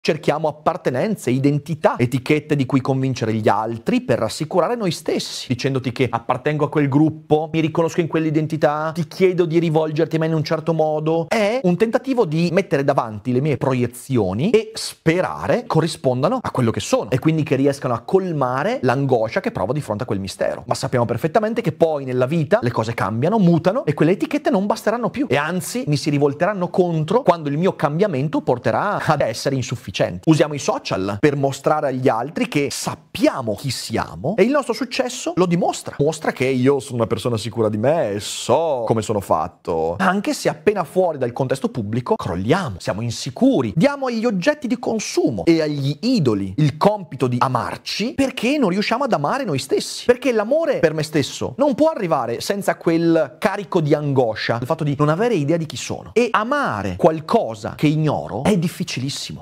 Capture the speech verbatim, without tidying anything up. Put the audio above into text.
Cerchiamo appartenenze, identità, etichette di cui convincere gli altri per rassicurare noi stessi, dicendoti che appartengo a quel gruppo, mi riconosco in quell'identità, ti chiedo di rivolgerti a me in un certo modo. È un tentativo di mettere davanti le mie proiezioni e sperare corrispondano a quello che sono e quindi che riescano a colmare l'angoscia che provo di fronte a quel mistero. Ma sappiamo perfettamente che poi nella vita le cose cambiano, mutano e quelle etichette non basteranno più e anzi mi si rivolteranno contro quando il mio cambiamento porterà ad essere insufficiente. Usiamo i social per mostrare agli altri che sappiamo chi siamo e il nostro successo lo dimostra. Mostra che io sono una persona sicura di me e so come sono fatto. Anche se appena fuori dal contesto pubblico crolliamo, siamo insicuri, diamo agli oggetti di consumo e agli idoli il compito di amarci perché non riusciamo ad amare noi stessi. Perché l'amore per me stesso non può arrivare senza quel carico di angoscia, il fatto di non avere idea di chi sono. E amare qualcosa che ignoro è difficilissimo.